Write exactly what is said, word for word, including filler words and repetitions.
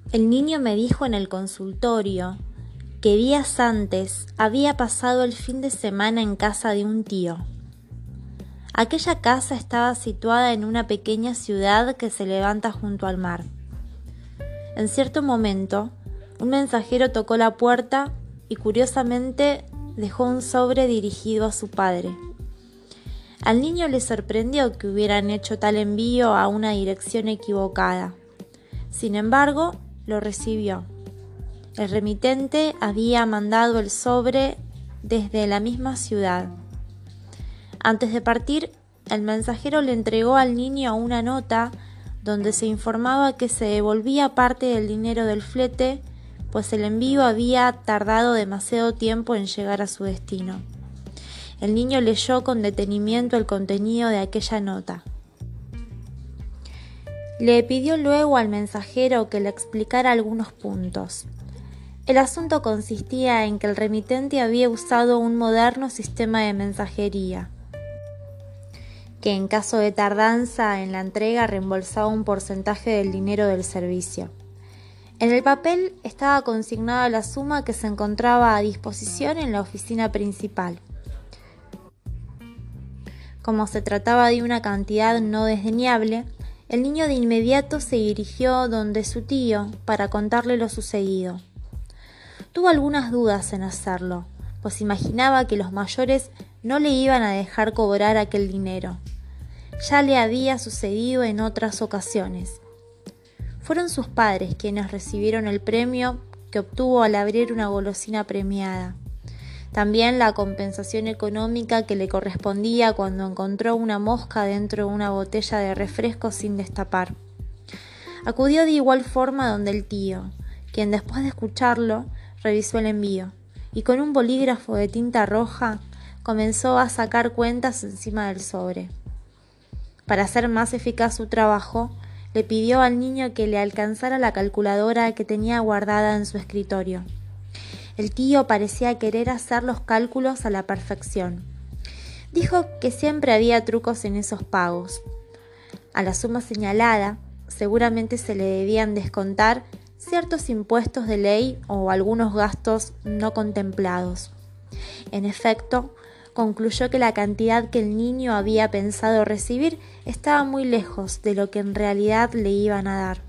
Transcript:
El niño me dijo en el consultorio que días antes había pasado el fin de semana en casa de un tío. Aquella casa estaba situada en una pequeña ciudad que se levanta junto al mar. En cierto momento, un mensajero tocó la puerta y curiosamente dejó un sobre dirigido a su padre. Al niño le sorprendió que hubieran hecho tal envío a una dirección equivocada. Sin embargo, lo recibió. El remitente había mandado el sobre desde la misma ciudad. Antes de partir, el mensajero le entregó al niño una nota donde se informaba que se devolvía parte del dinero del flete, pues el envío había tardado demasiado tiempo en llegar a su destino. El niño leyó con detenimiento el contenido de aquella nota. Le pidió luego al mensajero que le explicara algunos puntos. El asunto consistía en que el remitente había usado un moderno sistema de mensajería, que en caso de tardanza en la entrega reembolsaba un porcentaje del dinero del servicio. En el papel estaba consignada la suma que se encontraba a disposición en la oficina principal. Como se trataba de una cantidad no desdeñable, el niño de inmediato se dirigió donde su tío para contarle lo sucedido. Tuvo algunas dudas en hacerlo, pues imaginaba que los mayores no le iban a dejar cobrar aquel dinero. Ya le había sucedido en otras ocasiones. Fueron sus padres quienes recibieron el premio que obtuvo al abrir una golosina premiada. También la compensación económica que le correspondía cuando encontró una mosca dentro de una botella de refresco sin destapar. Acudió de igual forma donde el tío, quien después de escucharlo, revisó el envío y con un bolígrafo de tinta roja comenzó a sacar cuentas encima del sobre. Para hacer más eficaz su trabajo, le pidió al niño que le alcanzara la calculadora que tenía guardada en su escritorio. El tío parecía querer hacer los cálculos a la perfección. Dijo que siempre había trucos en esos pagos. A la suma señalada, seguramente se le debían descontar ciertos impuestos de ley o algunos gastos no contemplados. En efecto, concluyó que la cantidad que el niño había pensado recibir estaba muy lejos de lo que en realidad le iban a dar.